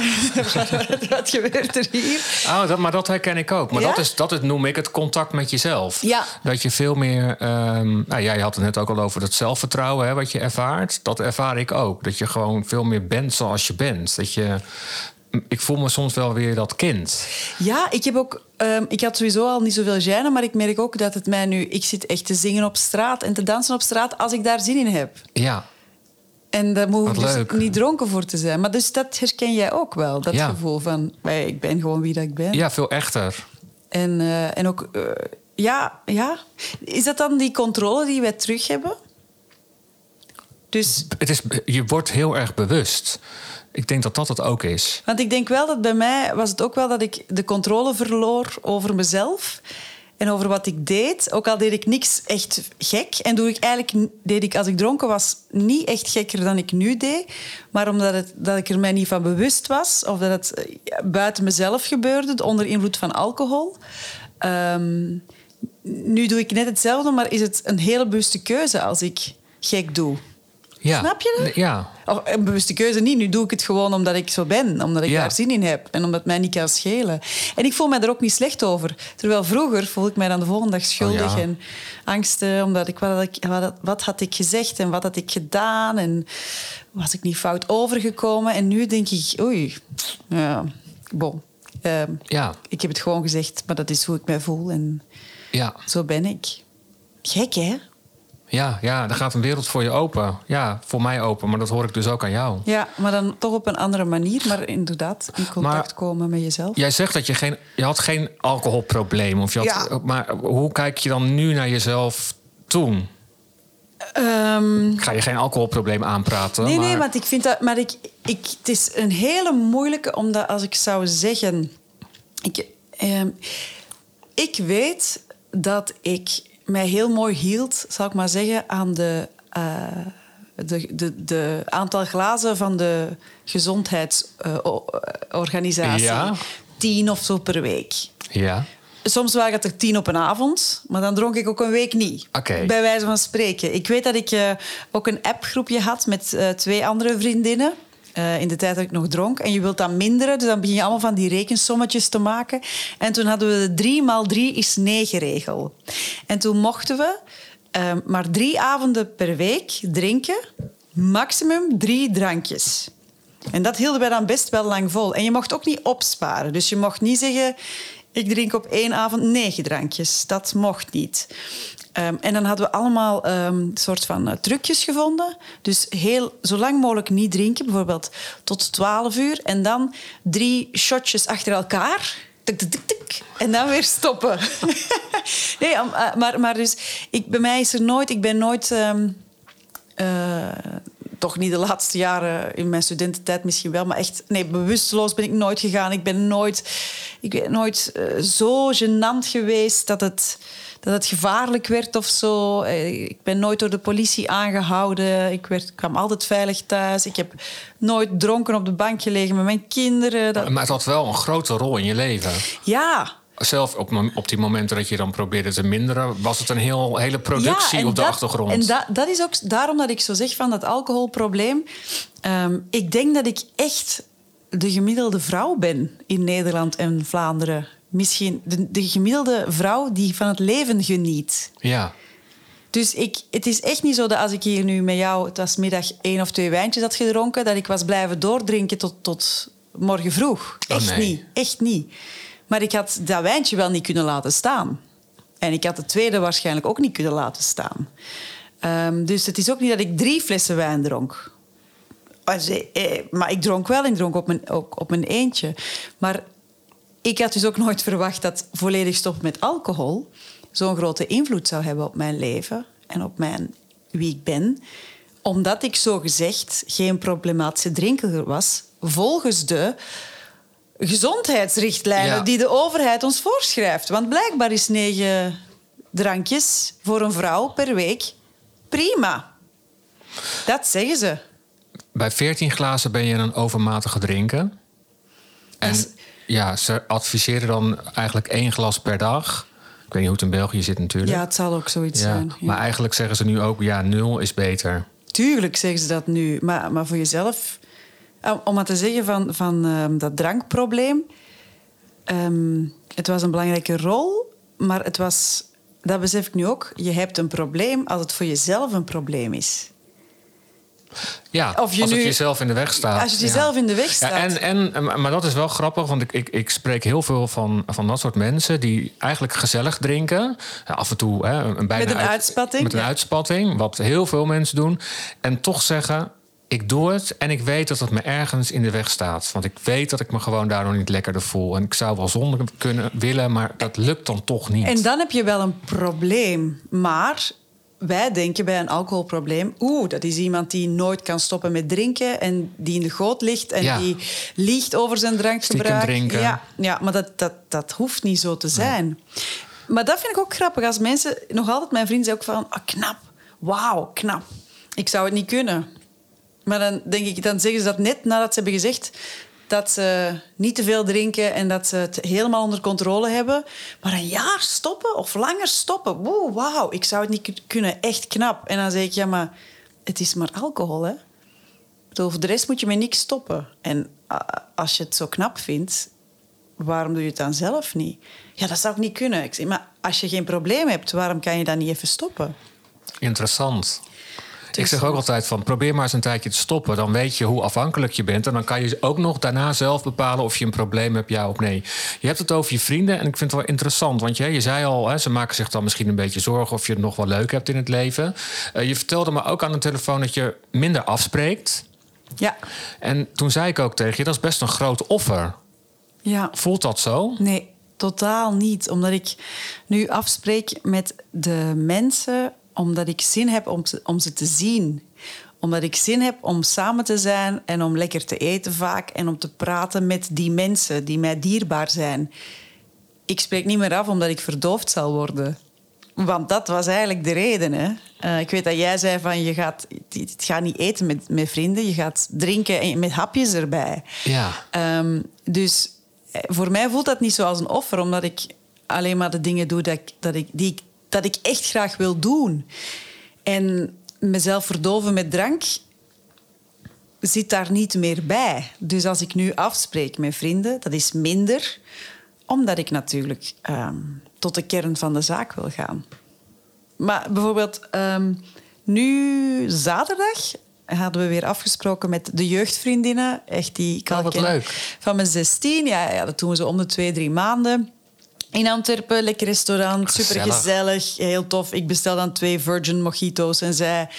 Wat gebeurt er hier? Oh, dat, maar dat herken ik ook. Maar ja? dat, is, dat is, noem ik het contact met jezelf. Ja. Dat je veel meer... Um, nou, jij had het net ook al over dat zelfvertrouwen hè, wat je ervaart. Dat ervaar ik ook. Dat je gewoon veel meer bent zoals je bent. Dat je... Ik voel me soms wel weer dat kind. Ja, ik heb ook... Um, ik had sowieso al niet zoveel gêne, maar ik merk ook dat het mij nu... Ik zit echt te zingen op straat en te dansen op straat als ik daar zin in heb. Ja. En daar moet ik dus niet dronken voor te zijn. Maar dus dat herken jij ook wel, dat ja. gevoel van... Ik ben gewoon wie dat ik ben. Ja, veel echter. En, uh, en ook... Uh, ja, ja. Is dat dan die controle die wij terug hebben? Dus... Het is, je wordt heel erg bewust. Ik denk dat dat het ook is. Want ik denk wel dat bij mij was het ook wel dat ik de controle verloor over mezelf... En over wat ik deed, ook al deed ik niks echt gek. En doe ik eigenlijk, deed ik als ik dronken was niet echt gekker dan ik nu deed. Maar omdat het, dat ik er mij niet van bewust was. Of dat het ja, buiten mezelf gebeurde, onder invloed van alcohol. Um, nu doe ik net hetzelfde, maar is het een hele bewuste keuze als ik gek doe. Ja. Snap je dat? Ja. Of een bewuste keuze niet. Nu doe ik het gewoon omdat ik zo ben. Omdat ik ja. daar zin in heb. En omdat het mij niet kan schelen. En ik voel mij er ook niet slecht over. Terwijl vroeger voelde ik mij dan de volgende dag schuldig. Oh ja. En angsten. Omdat ik wat, had ik, wat, wat had ik gezegd en wat had ik gedaan. En was ik niet fout overgekomen. En nu denk ik, oei. Ja, bon. Uh, ja. Ik heb het gewoon gezegd, maar dat is hoe ik mij voel. En ja. zo ben ik. Gek, hè? Ja, ja, er gaat een wereld voor je open. Ja, voor mij open, maar dat hoor ik dus ook aan jou. Ja, maar dan toch op een andere manier. Maar inderdaad, in contact maar, komen met jezelf. Jij zegt dat je geen... Je had geen alcoholprobleem. Of je had, ja. Maar hoe kijk je dan nu naar jezelf toen? Um, ik ga je geen alcoholprobleem aanpraten. Nee, maar... nee, want ik vind dat... Maar ik, ik, het is een hele moeilijke... Omdat als ik zou zeggen... Ik, um, ik weet dat ik... mij heel mooi hield, zal ik maar zeggen, aan de, uh, de, de, de aantal glazen van de gezondheidsorganisatie. Uh, ja. Tien of zo per week. Ja. Soms waren het er tien op een avond, maar dan dronk ik ook een week niet. Okay. Bij wijze van spreken. Ik weet dat ik uh, ook een appgroepje had met uh, twee andere vriendinnen. Uh, in de tijd dat ik nog dronk. En je wilt dat minderen, dus dan begin je allemaal van die rekensommetjes te maken. En toen hadden we de drie maal drie is negen regel. En toen mochten we uh, maar drie avonden per week drinken. Maximum drie drankjes. En dat hielden wij dan best wel lang vol. En je mocht ook niet opsparen. Dus je mocht niet zeggen, ik drink op één avond negen drankjes. Dat mocht niet. Um, en dan hadden we allemaal um, een soort van uh, trucjes gevonden. Dus heel, zo lang mogelijk niet drinken. Bijvoorbeeld tot twaalf uur. En dan drie shotjes achter elkaar. Tik, tik, tik, tik, en dan weer stoppen. nee, um, uh, maar, maar dus... Ik, bij mij is er nooit... Ik ben nooit... Um, uh, toch niet de laatste jaren in mijn studententijd misschien wel, maar echt, nee, bewusteloos ben ik nooit gegaan. Ik ben nooit, ik ben nooit uh, zo gênant geweest dat het, dat het gevaarlijk werd of zo. Ik ben nooit door de politie aangehouden. Ik werd, kwam altijd veilig thuis. Ik heb nooit dronken op de bank gelegen met mijn kinderen. Dat... Maar het had wel een grote rol in je leven. Ja. Zelf op, op die momenten dat je dan probeerde te minderen, was het een heel, hele productie ja, op de dat, achtergrond. En dat, dat is ook daarom dat ik zo zeg van dat alcoholprobleem. Um, ik denk dat ik echt de gemiddelde vrouw ben in Nederland en Vlaanderen. Misschien de, de gemiddelde vrouw die van het leven geniet. Ja. Dus ik, het is echt niet zo dat als ik hier nu met jou, het was middag één of twee wijntjes had gedronken, dat ik was blijven doordrinken tot, tot morgen vroeg. Echt oh, nee. niet, echt niet. Maar ik had dat wijntje wel niet kunnen laten staan. En ik had het tweede waarschijnlijk ook niet kunnen laten staan. Um, dus het is ook niet dat ik drie flessen wijn dronk. Maar ik dronk wel en ik dronk op mijn, ook op mijn eentje. Maar ik had dus ook nooit verwacht dat volledig stoppen met alcohol zo'n grote invloed zou hebben op mijn leven en op mijn, wie ik ben. Omdat ik zogezegd geen problematische drinker was, volgens de gezondheidsrichtlijnen ja. die de overheid ons voorschrijft. Want blijkbaar is negen drankjes voor een vrouw per week prima. Dat zeggen ze. Bij veertien glazen ben je een overmatige drinken. En is... ja, ze adviseren dan eigenlijk één glas per dag. Ik weet niet hoe het in België zit natuurlijk. Ja, het zal ook zoiets ja. zijn. Ja. Maar eigenlijk zeggen ze nu ook, ja, nul is beter. Tuurlijk zeggen ze dat nu. Maar, maar voor jezelf... Om maar te zeggen van, van um, dat drankprobleem... Um, het was een belangrijke rol, maar het was... Dat besef ik nu ook. Je hebt een probleem als het voor jezelf een probleem is. Ja, of je als nu, het jezelf in de weg staat. Als het jezelf ja. in de weg staat. Ja, en, en, maar dat is wel grappig, want ik, ik, ik spreek heel veel van, van dat soort mensen... die eigenlijk gezellig drinken. Ja, af en toe hè, een bijna met een uit, uitspatting. Met een ja. uitspatting, wat heel veel mensen doen. En toch zeggen, ik doe het en ik weet dat het me ergens in de weg staat. Want ik weet dat ik me gewoon daardoor niet lekkerder voel. En ik zou wel zonder kunnen willen, maar dat lukt dan toch niet. En dan heb je wel een probleem. Maar... wij denken bij een alcoholprobleem... oeh, dat is iemand die nooit kan stoppen met drinken... en die in de goot ligt en ja. die liegt over zijn drankgebruik. drinken. Ja, ja, maar dat, dat, dat hoeft niet zo te zijn. Nee. Maar dat vind ik ook grappig. Als mensen... Nog altijd mijn vrienden zeggen ook van... Oh, knap, wauw, knap. Ik zou het niet kunnen. Maar dan, denk ik, dan zeggen ze dat net nadat ze hebben gezegd... dat ze niet te veel drinken en dat ze het helemaal onder controle hebben. Maar een jaar stoppen of langer stoppen, wow, wauw, ik zou het niet kunnen, echt knap. En dan zeg ik, ja, maar het is maar alcohol, hè. Voor de rest moet je met niks stoppen. En als je het zo knap vindt, waarom doe je het dan zelf niet? Ja, dat zou ik niet kunnen. Ik zeg, maar als je geen probleem hebt, waarom kan je dan niet even stoppen? Interessant. Ik zeg ook altijd van, probeer maar eens een tijdje te stoppen. Dan weet je hoe afhankelijk je bent. En dan kan je ook nog daarna zelf bepalen of je een probleem hebt, ja of nee. Je hebt het over je vrienden en ik vind het wel interessant. Want je, je zei al, hè, ze maken zich dan misschien een beetje zorgen... of je het nog wel leuk hebt in het leven. Uh, je vertelde me ook aan de telefoon dat je minder afspreekt. Ja. En toen zei ik ook tegen je, dat is best een groot offer. Ja. Voelt dat zo? Nee, totaal niet. Omdat ik nu afspreek met de mensen... omdat ik zin heb om, om ze te zien. Omdat ik zin heb om samen te zijn en om lekker te eten vaak... en om te praten met die mensen die mij dierbaar zijn. Ik spreek niet meer af omdat ik verdoofd zal worden. Want dat was eigenlijk de reden. Hè? Uh, ik weet dat jij zei van je gaat, het gaat niet eten met, met vrienden... je gaat drinken en met hapjes erbij. Ja. Um, dus voor mij voelt dat niet zo als een offer... omdat ik alleen maar de dingen doe dat ik, dat ik, die ik, dat ik echt graag wil doen. En mezelf verdoven met drank zit daar niet meer bij. Dus als ik nu afspreek met vrienden, dat is minder, omdat ik natuurlijk um, tot de kern van de zaak wil gaan. Maar bijvoorbeeld, um, nu zaterdag hadden we weer afgesproken met de jeugdvriendinnen. Echt die ik oh, al wat ken, leuk. van mijn zestien. Ja, ja, dat doen we zo om de twee, drie maanden. In Antwerpen, lekker restaurant, supergezellig, heel tof. Ik bestel dan twee virgin mojito's en zij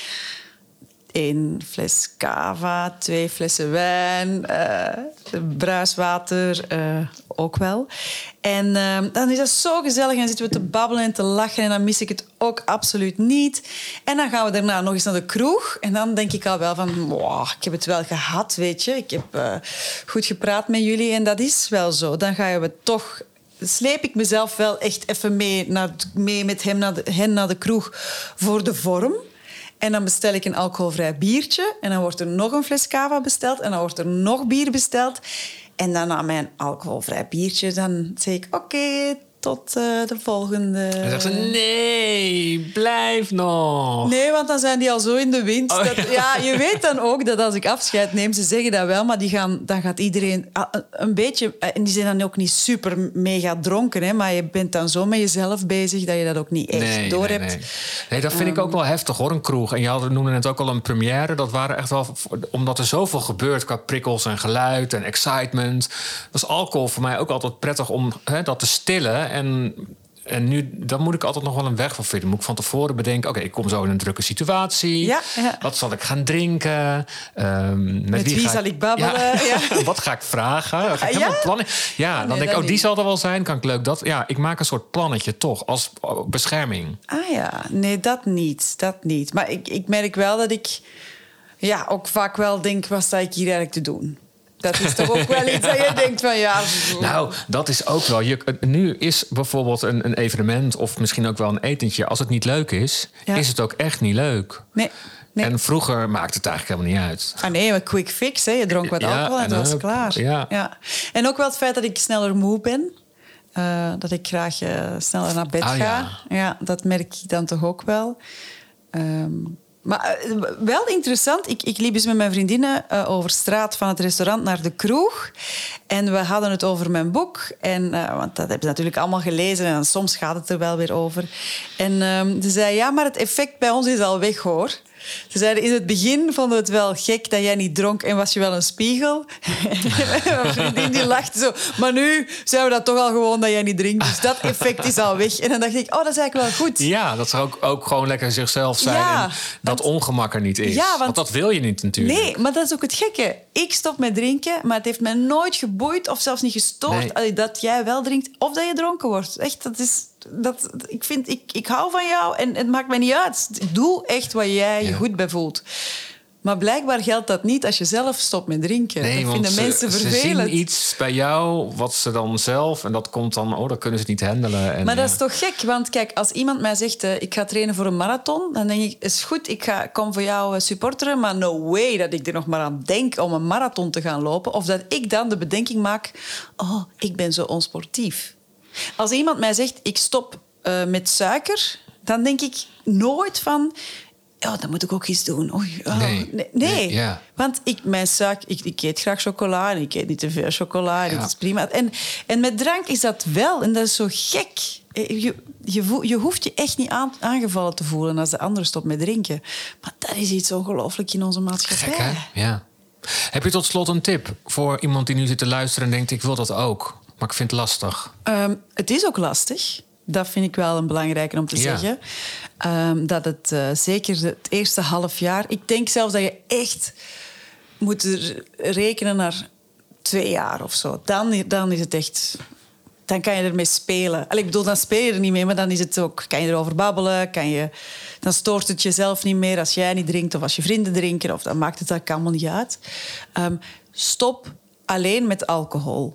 één fles cava, twee flessen wijn, uh, bruiswater uh, ook wel. En uh, dan is dat zo gezellig en dan zitten we te babbelen en te lachen en dan mis ik het ook absoluut niet. En dan gaan we daarna nog eens naar de kroeg en dan denk ik al wel van, wow, ik heb het wel gehad, weet je. Ik heb uh, goed gepraat met jullie en dat is wel zo. Dan gaan we toch... sleep ik mezelf wel echt even mee, naar, mee met hem naar de, hen naar de kroeg voor de vorm. En dan bestel ik een alcoholvrij biertje. En dan wordt er nog een fles cava besteld. En dan wordt er nog bier besteld. En dan na mijn alcoholvrij biertje, dan zeg ik... Oké, okay, tot uh, de volgende... En dan zegt ze, nee, blijf nog. Nee, want dan zijn die al zo in de wind. Oh, dat, ja. ja, je weet dan ook dat als ik afscheid neem, ze zeggen dat wel, maar die gaan, dan gaat iedereen een beetje... En die zijn dan ook niet super mega dronken, hè, maar je bent dan zo met jezelf bezig dat je dat ook niet echt nee, door nee, hebt. Nee, nee dat vind um, ik ook wel heftig, hoor, een kroeg. En je had, noemde net ook al een première. Dat waren echt wel... Omdat er zoveel gebeurt qua prikkels en geluid en excitement. Was alcohol voor mij ook altijd prettig om hè, dat te stillen. En, en nu, dan moet ik altijd nog wel een weg van vinden. Moet ik van tevoren bedenken, oké, okay, ik kom zo in een drukke situatie. Ja, ja. Wat zal ik gaan drinken? Um, met, met wie, wie ga zal ik, ik babbelen? Ja, ja. Wat ga ik vragen? Ga ik ja? helemaal plannen? Ja, oh, dan nee, denk ik, oh, die niet. zal er wel zijn. Kan ik leuk dat? Ja, ik maak een soort plannetje toch, als bescherming. Ah ja, nee, dat niet. Dat niet. Maar ik, ik merk wel dat ik ja, ook vaak wel denk, wat sta ik hier eigenlijk te doen? Dat is toch ook wel iets dat je denkt van ja... Nou, dat is ook wel... Je, nu is bijvoorbeeld een, een evenement of misschien ook wel een etentje... als het niet leuk is, ja. is het ook echt niet leuk. Nee, nee. En vroeger maakte het eigenlijk helemaal niet uit. Ah nee, een quick fix. Hè. Je dronk wat ja, alcohol en dat was klaar. Ja. Ja. En ook wel het feit dat ik sneller moe ben. Uh, dat ik graag uh, sneller naar bed ah, ga. Ja. Ja, dat merk ik dan toch ook wel. Um, Maar uh, wel interessant. Ik, ik liep eens met mijn vriendinnen uh, over straat van het restaurant naar de kroeg. En we hadden het over mijn boek. En, uh, want dat hebben ze natuurlijk allemaal gelezen. En soms gaat het er wel weer over. En um, ze zei, ja, maar het effect bij ons is al weg, hoor. Ze zeiden, in het begin vonden we het wel gek dat jij niet dronk en was je wel een spiegel. Mijn vriendin die lachte zo. Maar nu zijn we dat toch al gewoon dat jij niet drinkt. Dus dat effect is al weg. En dan dacht ik, oh, dat is eigenlijk wel goed. Ja, dat ze ook, ook gewoon lekker zichzelf zijn. Ja, en dat want, ongemak er niet is. Ja, want, want dat wil je niet natuurlijk. Nee, maar dat is ook het gekke. Ik stop met drinken, maar het heeft mij nooit geboeid of zelfs niet gestoord nee. dat jij wel drinkt of dat je dronken wordt. Echt, dat is... Dat, ik, vind, ik, ik hou van jou en het maakt mij niet uit. Doe echt wat jij je ja. goed bij voelt. Maar blijkbaar geldt dat niet als je zelf stopt met drinken. Nee, dat vinden ze, mensen vervelend. Ze zien iets bij jou wat ze dan zelf... en dat komt dan, oh, dat kunnen ze niet handelen. En, maar dat ja. is toch gek? Want kijk, als iemand mij zegt... Uh, ik ga trainen voor een marathon, dan denk ik... is goed, ik ga, kom voor jou uh, supporteren... maar no way dat ik er nog maar aan denk om een marathon te gaan lopen. Of dat ik dan de bedenking maak... oh, ik ben zo onsportief. Als iemand mij zegt, ik stop uh, met suiker... dan denk ik nooit van... ja, dat moet ik ook iets doen. Oei, oh, nee. nee, nee. nee ja. Want ik, mijn suiker, ik, ik eet graag chocola en ik eet niet te veel chocola. En ja. Dat is prima. En, en met drank is dat wel. En dat is zo gek. Je, je, je hoeft je echt niet aan, aangevallen te voelen als de ander stopt met drinken. Maar dat is iets ongelooflijk in onze maatschappij. Gek, hè? Ja. Heb je tot slot een tip voor iemand die nu zit te luisteren en denkt... ik wil dat ook, maar ik vind het lastig? Um, het is ook lastig. Dat vind ik wel een belangrijke om te ja. zeggen. Um, dat het uh, zeker het eerste half jaar... Ik denk zelfs dat je echt moet rekenen naar twee jaar of zo. Dan, dan is het echt... Dan kan je ermee spelen. Allee, ik bedoel, dan speel je er niet mee, maar dan is het ook... Kan je erover babbelen, kan je, dan stoort het jezelf niet meer als jij niet drinkt of als je vrienden drinken. Of dan maakt het dat allemaal niet uit. Um, stop alleen met alcohol.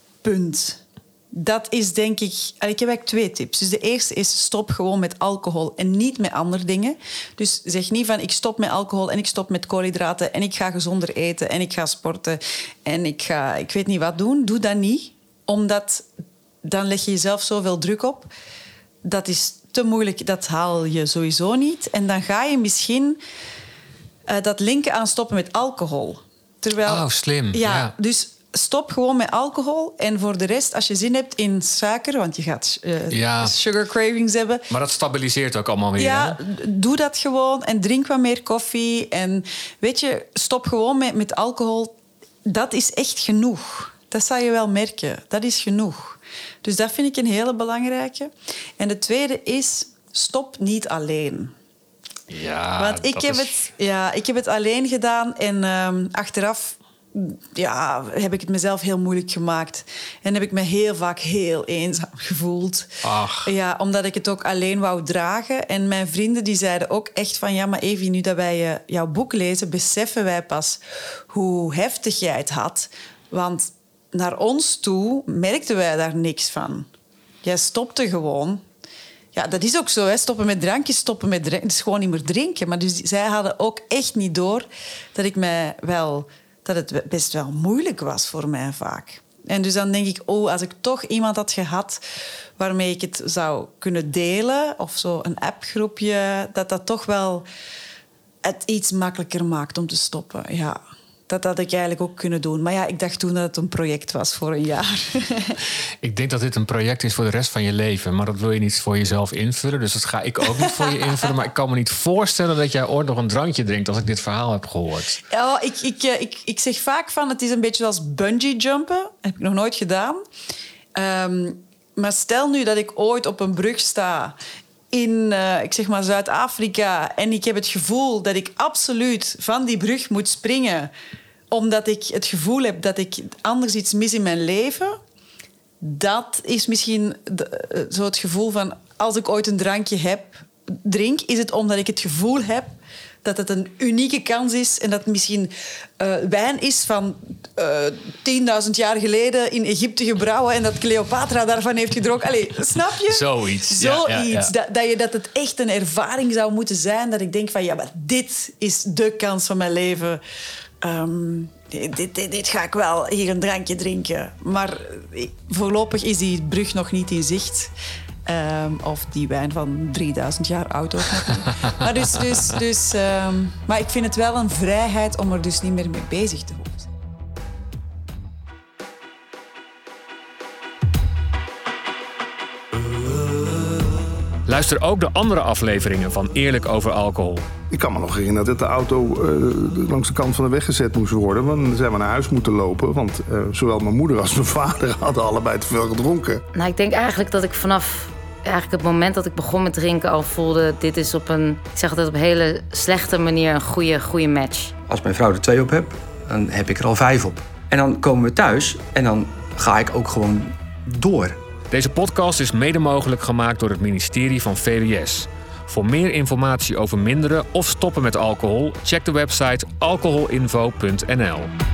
Punt. Dat is denk ik... Ik heb eigenlijk twee tips. Dus de eerste is stop gewoon met alcohol en niet met andere dingen. Dus zeg niet van ik stop met alcohol en ik stop met koolhydraten en ik ga gezonder eten en ik ga sporten en ik ga ik weet niet wat doen. Doe dat niet. Omdat dan leg je jezelf zoveel druk op. Dat is te moeilijk, dat haal je sowieso niet. En dan ga je misschien uh, dat linken aan stoppen met alcohol. Terwijl, oh, slim. Ja, ja, dus stop gewoon met alcohol. En voor de rest, als je zin hebt in suiker... want je gaat uh, ja. sugar cravings hebben... Maar dat stabiliseert ook allemaal weer. Ja, hè? Doe dat gewoon en drink wat meer koffie. En weet je, stop gewoon met, met alcohol. Dat is echt genoeg. Dat zal je wel merken. Dat is genoeg. Dus dat vind ik een hele belangrijke. En de tweede is, stop niet alleen. Ja, Want ik, heb, is... het, ja, ik heb het alleen gedaan en um, achteraf ja, heb ik het mezelf heel moeilijk gemaakt. En heb ik me heel vaak heel eenzaam gevoeld. Ach. Ja, omdat ik het ook alleen wou dragen. En mijn vrienden die zeiden ook echt van... ja, maar Evie, nu dat wij uh, jouw boek lezen... beseffen wij pas hoe heftig jij het had. Want naar ons toe merkten wij daar niks van. Jij stopte gewoon... Ja, dat is ook zo. Hè. Stoppen met drankjes, stoppen met drinken. Het is gewoon niet meer drinken. Maar dus, zij hadden ook echt niet door dat ik mij wel... dat het best wel moeilijk was voor mij vaak. En dus dan denk ik, oh, als ik toch iemand had gehad... waarmee ik het zou kunnen delen... of zo een appgroepje... dat dat toch wel het iets makkelijker maakt om te stoppen. Ja, dat had ik eigenlijk ook kunnen doen. Maar ja, ik dacht toen dat het een project was voor een jaar. Ik denk dat dit een project is voor de rest van je leven. Maar dat wil je niet voor jezelf invullen. Dus dat ga ik ook niet voor je invullen. Maar ik kan me niet voorstellen dat jij ooit nog een drankje drinkt... als ik dit verhaal heb gehoord. Ja, ik, ik, ik, ik zeg vaak van, het is een beetje zoals bungee jumpen. Dat heb ik nog nooit gedaan. Um, maar stel nu dat ik ooit op een brug sta... in uh, ik zeg maar Zuid-Afrika... en ik heb het gevoel dat ik absoluut van die brug moet springen... omdat ik het gevoel heb dat ik anders iets mis in mijn leven... dat is misschien de, uh, zo het gevoel van... als ik ooit een drankje heb, drink... is het omdat ik het gevoel heb dat het een unieke kans is... en dat het misschien uh, wijn is van uh, tienduizend jaar geleden in Egypte gebrouwen... en dat Cleopatra daarvan heeft gedronken. Allee, snap je? Zoiets. Zoiets. Ja, ja, ja. Dat, dat, je, dat het echt een ervaring zou moeten zijn... dat ik denk van, ja, maar dit is de kans van mijn leven... Um, dit, dit, dit ga ik wel hier een drankje drinken. Maar voorlopig is die brug nog niet in zicht... Um, of die wijn van drieduizend jaar oud ook nog. maar, dus, dus, dus, um, maar ik vind het wel een vrijheid om er dus niet meer mee bezig te hoeven zijn. Luister ook de andere afleveringen van Eerlijk over alcohol. Ik kan me nog herinneren dat de auto uh, langs de kant van de weg gezet moest worden. Want dan zijn we naar huis moeten lopen. Want uh, zowel mijn moeder als mijn vader hadden allebei te veel gedronken. Nou, ik denk eigenlijk dat ik vanaf eigenlijk het moment dat ik begon met drinken al voelde... dit is op een, ik zeg altijd op een hele slechte manier een goede, goede match. Als mijn vrouw er twee op heb, dan heb ik er al vijf op. En dan komen we thuis en dan ga ik ook gewoon door. Deze podcast is mede mogelijk gemaakt door het ministerie van V W S. Voor meer informatie over minderen of stoppen met alcohol... check de website alcoholinfo punt n l.